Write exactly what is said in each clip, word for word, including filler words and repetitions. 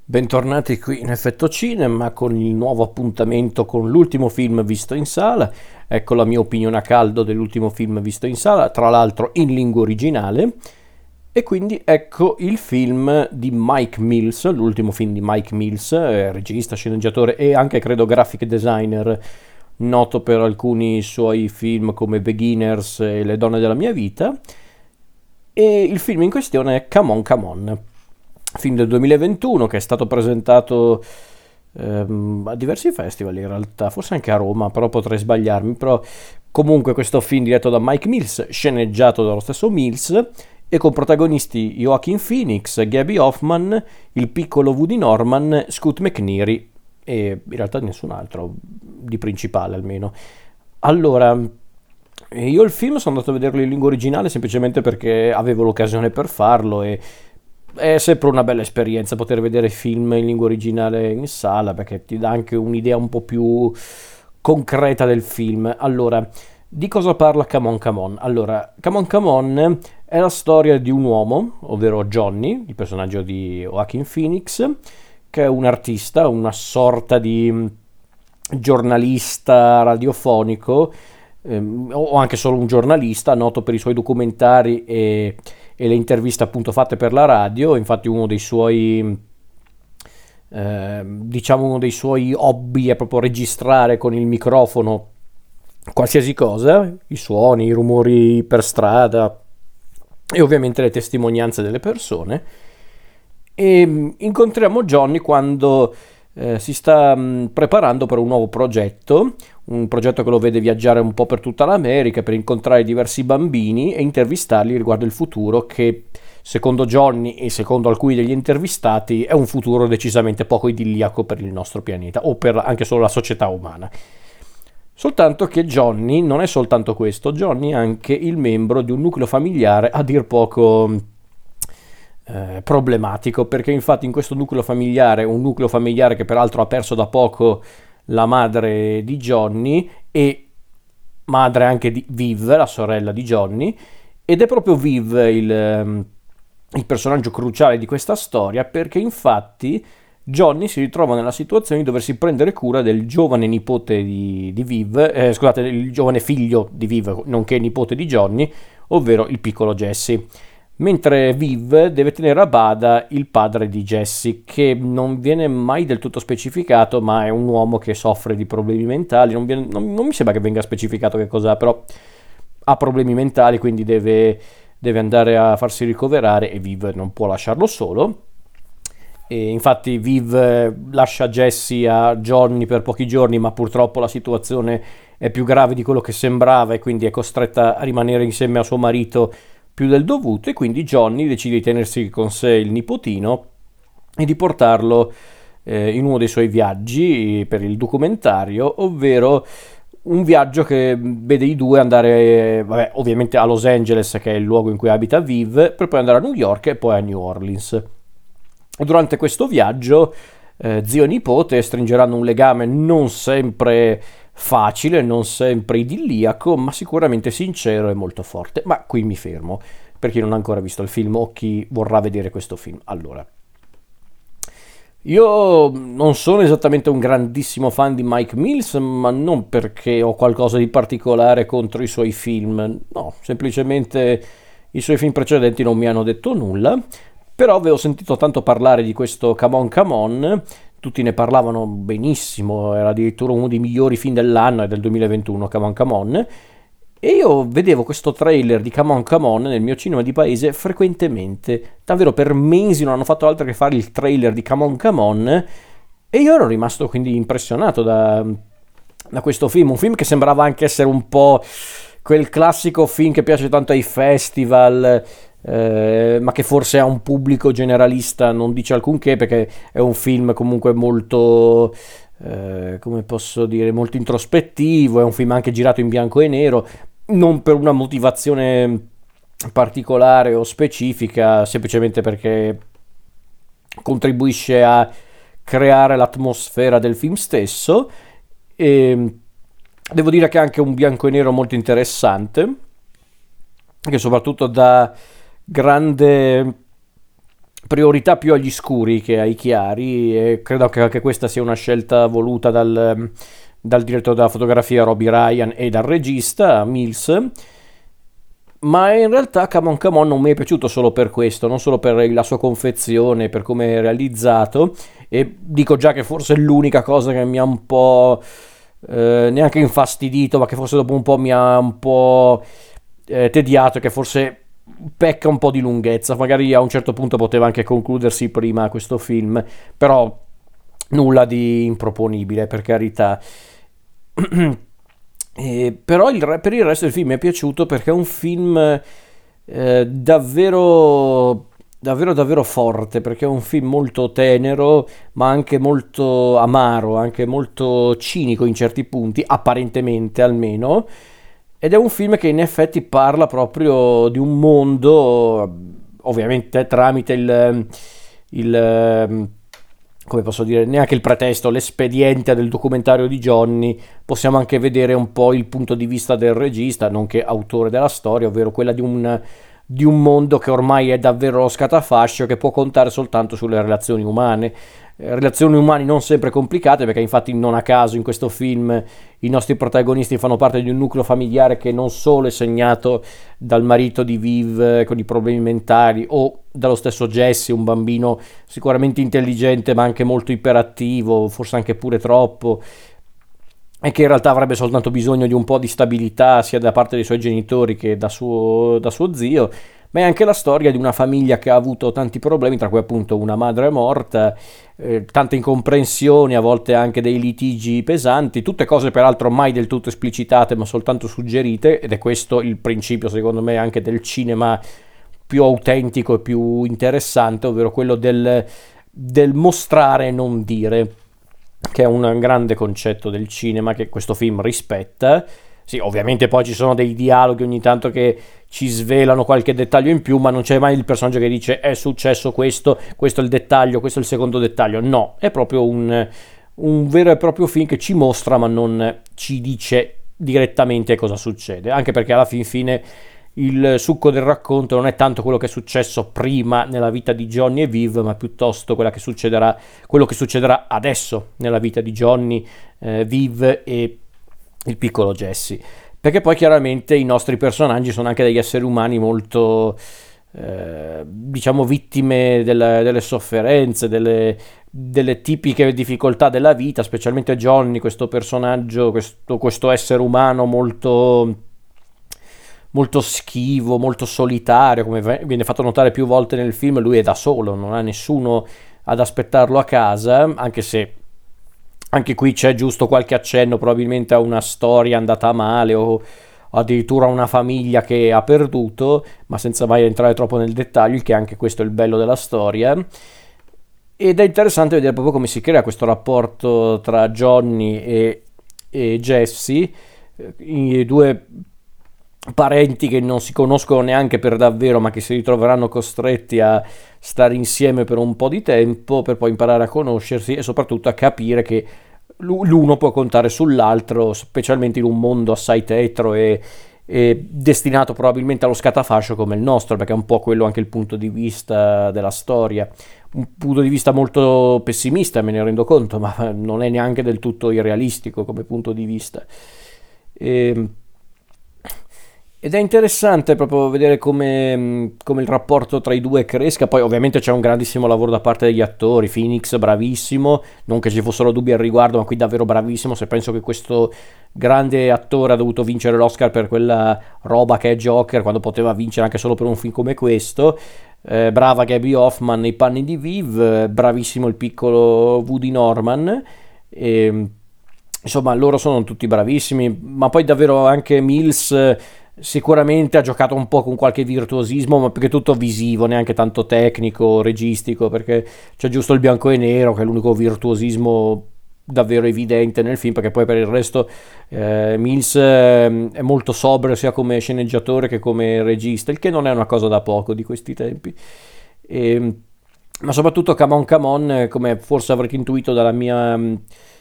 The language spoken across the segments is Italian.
Bentornati qui in Effetto Cinema con il nuovo appuntamento con l'ultimo film visto in sala. Ecco la mia opinione a caldo dell'ultimo film visto in sala, tra l'altro in lingua originale. E quindi ecco il film di Mike Mills, l'ultimo film di Mike Mills, eh, regista, sceneggiatore e anche credo graphic designer, noto per alcuni suoi film come Beginners e Le donne della mia vita. E il film in questione è Come On, Come On, film del duemilaventuno che è stato presentato ehm, a diversi festival in realtà, forse anche a Roma, però potrei sbagliarmi, però comunque questo film diretto da Mike Mills, sceneggiato dallo stesso Mills e con protagonisti Joaquin Phoenix, Gabby Hoffman, il piccolo Woody Norman, Scoot McNairy e in realtà nessun altro di principale almeno. Allora, io il film sono andato a vederlo in lingua originale semplicemente perché avevo l'occasione per farlo e è sempre una bella esperienza poter vedere film in lingua originale in sala perché ti dà anche un'idea un po' più concreta del film. Allora, di cosa parla Come On, Come On? Allora, Come On, Come On è la storia di un uomo, ovvero Johnny, il personaggio di Joaquin Phoenix, che è un artista, una sorta di giornalista radiofonico, ehm, o anche solo un giornalista, noto per i suoi documentari e e le interviste appunto fatte per la radio. Infatti uno dei suoi eh, diciamo uno dei suoi hobby è proprio registrare con il microfono qualsiasi cosa, i suoni, i rumori per strada e ovviamente le testimonianze delle persone. E incontriamo Johnny quando eh, si sta mh, preparando per un nuovo progetto, un progetto che lo vede viaggiare un po' per tutta l'America per incontrare diversi bambini e intervistarli riguardo il futuro che, secondo Johnny e secondo alcuni degli intervistati, è un futuro decisamente poco idilliaco per il nostro pianeta o per anche solo la società umana. Soltanto che Johnny non è soltanto questo, Johnny è anche il membro di un nucleo familiare a dir poco eh, problematico, perché infatti in questo nucleo familiare, un nucleo familiare che peraltro ha perso da poco la madre di Johnny e madre anche di Viv, la sorella di Johnny, ed è proprio Viv il, ehm, il personaggio cruciale di questa storia, perché infatti Johnny si ritrova nella situazione di doversi prendere cura del giovane nipote di, di Viv, eh, scusate, il giovane figlio di Viv, nonché nipote di Johnny, ovvero il piccolo Jesse. Mentre Viv deve tenere a bada il padre di Jesse, che non viene mai del tutto specificato, ma è un uomo che soffre di problemi mentali. Non, viene, non, non mi sembra che venga specificato che cos'ha, però ha problemi mentali, quindi deve, deve andare a farsi ricoverare e Viv non può lasciarlo solo. E infatti Viv lascia Jesse a Johnny per pochi giorni, ma purtroppo la situazione è più grave di quello che sembrava e quindi è costretta a rimanere insieme a suo marito più del dovuto, e quindi Johnny decide di tenersi con sé il nipotino e di portarlo eh, in uno dei suoi viaggi per il documentario, ovvero un viaggio che vede i due andare, vabbè, ovviamente a Los Angeles, che è il luogo in cui abita Viv, per poi andare a New York e poi a New Orleans. Durante questo viaggio eh, zio e nipote stringeranno un legame non sempre facile, non sempre idilliaco, ma sicuramente sincero e molto forte. Ma qui mi fermo, per chi non ha ancora visto il film o chi vorrà vedere questo film. Allora, io non sono esattamente un grandissimo fan di Mike Mills, ma non perché ho qualcosa di particolare contro i suoi film, no, semplicemente i suoi film precedenti non mi hanno detto nulla. Però avevo sentito tanto parlare di questo Come On, Come On, tutti ne parlavano benissimo, era addirittura uno dei migliori film dell'anno, è del duemilaventuno, Come On, Come On, e io vedevo questo trailer di Come On, Come On nel mio cinema di paese frequentemente, davvero per mesi non hanno fatto altro che fare il trailer di Come On, Come On, e io ero rimasto quindi impressionato da, da questo film, un film che sembrava anche essere un po' quel classico film che piace tanto ai festival, eh, ma che forse a un pubblico generalista non dice alcunché, perché è un film comunque molto, eh, come posso dire, molto introspettivo, è un film anche girato in bianco e nero, non per una motivazione particolare o specifica, semplicemente perché contribuisce a creare l'atmosfera del film stesso. E devo dire che è anche un bianco e nero molto interessante, che soprattutto dà grande priorità più agli scuri che ai chiari, e credo che anche questa sia una scelta voluta dal, dal direttore della fotografia Robbie Ryan e dal regista Mills. Ma in realtà Come On Come On non mi è piaciuto solo per questo, non solo per la sua confezione, per come è realizzato, e dico già che forse è l'unica cosa che mi ha un po' eh, neanche infastidito, ma che forse dopo un po' mi ha un po' eh, tediato, che forse pecca un po' di lunghezza. Magari a un certo punto poteva anche concludersi prima questo film, però nulla di improponibile, per carità. Eh, però il re- per il resto del film mi è piaciuto perché è un film eh, davvero, davvero, davvero forte, perché è un film molto tenero, ma anche molto amaro, anche molto cinico in certi punti, apparentemente almeno. Ed è un film che in effetti parla proprio di un mondo, ovviamente tramite il, il come posso dire, neanche il pretesto, l'espediente del documentario di Johnny, possiamo anche vedere un po' il punto di vista del regista, nonché autore della storia, ovvero quella di un, di un mondo che ormai è davvero scatafascio, che può contare soltanto sulle relazioni umane. Eh, relazioni umane non sempre complicate, perché infatti non a caso in questo film i nostri protagonisti fanno parte di un nucleo familiare che non solo è segnato dal marito di Viv eh, con i problemi mentali, o dallo stesso Jesse, un bambino sicuramente intelligente ma anche molto iperattivo, forse anche pure troppo, e che in realtà avrebbe soltanto bisogno di un po' di stabilità sia da parte dei suoi genitori che da suo, da suo zio. Ma è anche la storia di una famiglia che ha avuto tanti problemi, tra cui appunto una madre morta, eh, tante incomprensioni, a volte anche dei litigi pesanti, tutte cose peraltro mai del tutto esplicitate ma soltanto suggerite, ed è questo il principio secondo me anche del cinema più autentico e più interessante, ovvero quello del, del mostrare e non dire, che è un grande concetto del cinema che questo film rispetta. Sì, ovviamente poi ci sono dei dialoghi ogni tanto che ci svelano qualche dettaglio in più, ma non c'è mai il personaggio che dice è successo questo, questo è il dettaglio, questo è il secondo dettaglio. No, è proprio un, un vero e proprio film che ci mostra ma non ci dice direttamente cosa succede, anche perché alla fin fine il succo del racconto non è tanto quello che è successo prima nella vita di Johnny e Viv, ma piuttosto quella che succederà, quello che succederà adesso nella vita di Johnny, eh, Viv e il piccolo Jesse. Perché poi chiaramente i nostri personaggi sono anche degli esseri umani molto, eh, diciamo, vittime delle, delle sofferenze, delle, delle tipiche difficoltà della vita, specialmente Johnny, questo personaggio, questo, questo essere umano molto molto schivo, molto solitario, come viene fatto notare più volte nel film. Lui è da solo, non ha nessuno ad aspettarlo a casa, anche se anche qui c'è giusto qualche accenno probabilmente a una storia andata male o addirittura a una famiglia che ha perduto, ma senza mai entrare troppo nel dettaglio, che anche questo è il bello della storia. Ed è interessante vedere proprio come si crea questo rapporto tra Johnny e, e Jesse, i due parenti che non si conoscono neanche per davvero, ma che si ritroveranno costretti a stare insieme per un po' di tempo, per poi imparare a conoscersi e soprattutto a capire che l'uno può contare sull'altro, specialmente in un mondo assai tetro e, e destinato probabilmente allo scatafascio come il nostro, perché è un po' quello anche il punto di vista della storia. Un punto di vista molto pessimista, me ne rendo conto, ma non è neanche del tutto irrealistico come punto di vista. E, ed è interessante proprio vedere come, come il rapporto tra i due cresca. Poi ovviamente c'è un grandissimo lavoro da parte degli attori. Phoenix bravissimo, non che ci fossero dubbi al riguardo, ma qui davvero bravissimo. Se penso che questo grande attore ha dovuto vincere l'Oscar per quella roba che è Joker, quando poteva vincere anche solo per un film come questo. Eh, brava Gabby Hoffman nei panni di Viv, eh, bravissimo il piccolo Woody Norman. E, insomma, loro sono tutti bravissimi, ma poi davvero anche Mills eh, sicuramente ha giocato un po' con qualche virtuosismo, ma perché tutto visivo, neanche tanto tecnico, registico, perché c'è giusto il bianco e nero che è l'unico virtuosismo davvero evidente nel film, perché poi per il resto eh, Mills eh, è molto sobrio sia come sceneggiatore che come regista, il che non è una cosa da poco di questi tempi. E, ma soprattutto Come On Come On, come forse avrete intuito dalla mia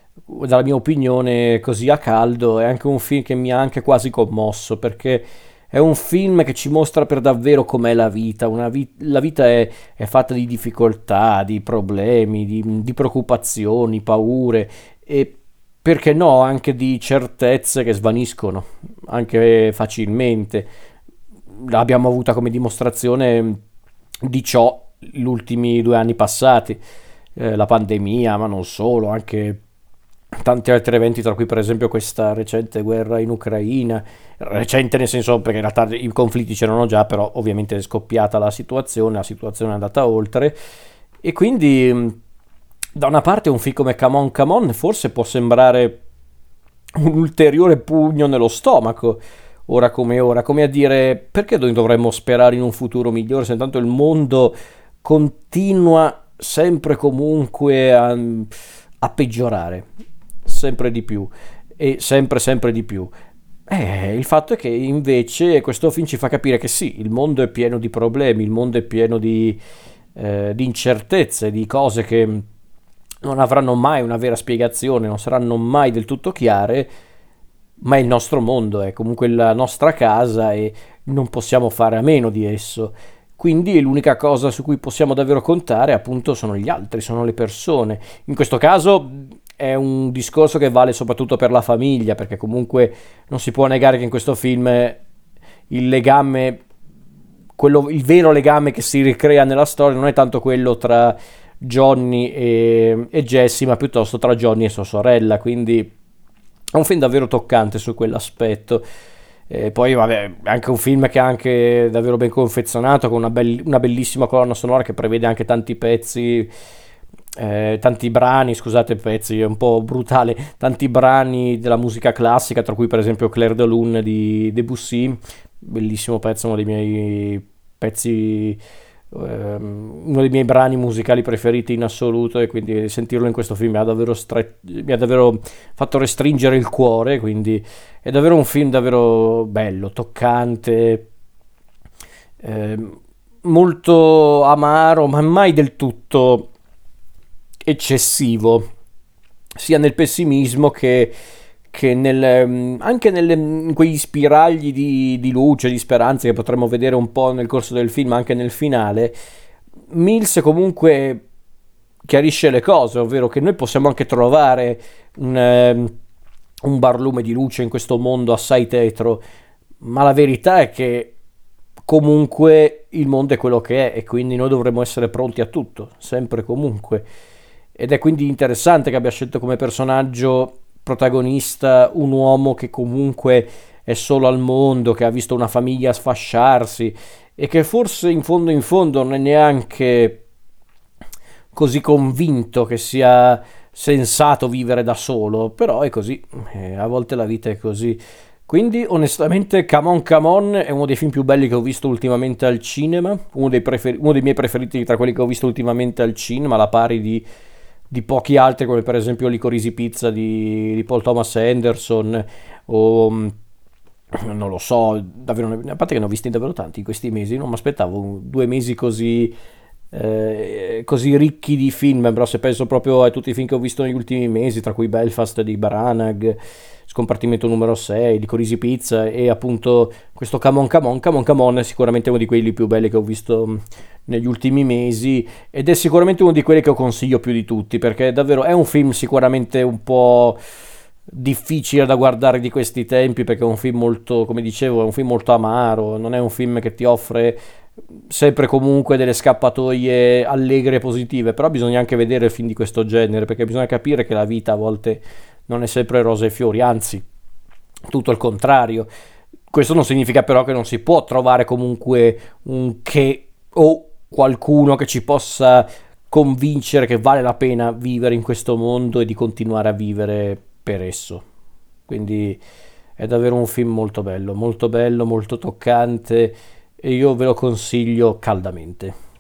dalla mia opinione così a caldo, è anche un film che mi ha anche quasi commosso, perché è un film che ci mostra per davvero com'è la vita. Una vi- la vita è, è fatta di difficoltà, di problemi, di, di preoccupazioni, paure e perché no, anche di certezze che svaniscono anche facilmente. L'abbiamo avuta come dimostrazione di ciò gli ultimi due anni passati, eh, la pandemia, ma non solo, anche tanti altri eventi, tra cui per esempio questa recente guerra in Ucraina, recente nel senso perché in realtà i conflitti c'erano già, però ovviamente è scoppiata la situazione, la situazione è andata oltre, e quindi mh, da una parte un film come Come On Come On forse può sembrare un ulteriore pugno nello stomaco, ora come ora, come a dire perché noi dovremmo sperare in un futuro migliore se intanto il mondo continua sempre e comunque a, a peggiorare, sempre di più e sempre sempre di più. Eh, il fatto è che invece questo film ci fa capire che sì, il mondo è pieno di problemi, il mondo è pieno di, eh, di incertezze, di cose che non avranno mai una vera spiegazione, non saranno mai del tutto chiare, ma è il nostro mondo, è comunque la nostra casa e non possiamo fare a meno di esso. Quindi l'unica cosa su cui possiamo davvero contare appunto sono gli altri, sono le persone. In questo caso è un discorso che vale soprattutto per la famiglia, perché comunque non si può negare che in questo film il legame, quello, il vero legame che si ricrea nella storia non è tanto quello tra Johnny e, e Jessie, ma piuttosto tra Johnny e sua sorella, quindi è un film davvero toccante su quell'aspetto. E poi, vabbè, è anche un film che è anche davvero ben confezionato, con una, bell- una bellissima colonna sonora che prevede anche tanti pezzi, eh, tanti brani, scusate, pezzi, è un po' brutale, tanti brani della musica classica, tra cui per esempio Clair de Lune di Debussy, bellissimo pezzo, uno dei miei pezzi, ehm, uno dei miei brani musicali preferiti in assoluto, e quindi sentirlo in questo film mi ha davvero, stre- mi ha davvero fatto restringere il cuore, quindi è davvero un film davvero bello, toccante, ehm, molto amaro, ma mai del tutto eccessivo, sia nel pessimismo che, che nel, mm, anche nelle- in quegli spiragli di, di luce, di speranza che potremmo vedere un po' nel corso del film, anche nel finale. Mills comunque chiarisce le cose, ovvero che noi possiamo anche trovare un, ehm, un barlume di luce in questo mondo assai tetro, ma la verità è che comunque il mondo è quello che è e quindi noi dovremmo essere pronti a tutto, sempre e comunque. Ed è quindi interessante che abbia scelto come personaggio protagonista un uomo che comunque è solo al mondo, che ha visto una famiglia sfasciarsi e che forse in fondo in fondo non è neanche così convinto che sia sensato vivere da solo, però è così, eh, a volte la vita è così. Quindi onestamente Come On Come On è uno dei film più belli che ho visto ultimamente al cinema, uno dei, prefer- uno dei miei preferiti tra quelli che ho visto ultimamente al cinema, alla pari di, di pochi altri come per esempio Licorice Pizza di, di Paul Thomas Anderson o mm, non lo so, davvero, a parte che ne ho visti davvero tanti in questi mesi, non mi aspettavo due mesi così, eh, così ricchi di film, però se penso proprio a tutti i film che ho visto negli ultimi mesi, tra cui Belfast di Branagh, Scompartimento numero sei, di Corisi Pizza e appunto questo Come On Come On, Come On Come On è sicuramente uno di quelli più belli che ho visto mh, negli ultimi mesi ed è sicuramente uno di quelli che ho consiglio più di tutti perché davvero è un film sicuramente un po' difficile da guardare di questi tempi perché è un film molto, come dicevo, è un film molto amaro, non è un film che ti offre sempre comunque delle scappatoie allegre e positive, però bisogna anche vedere film di questo genere perché bisogna capire che la vita a volte non è sempre rose e fiori, anzi, tutto il contrario. Questo non significa però che non si può trovare comunque un che o qualcuno che ci possa convincere che vale la pena vivere in questo mondo e di continuare a vivere per esso. Quindi è davvero un film molto bello, molto bello, molto toccante e io ve lo consiglio caldamente.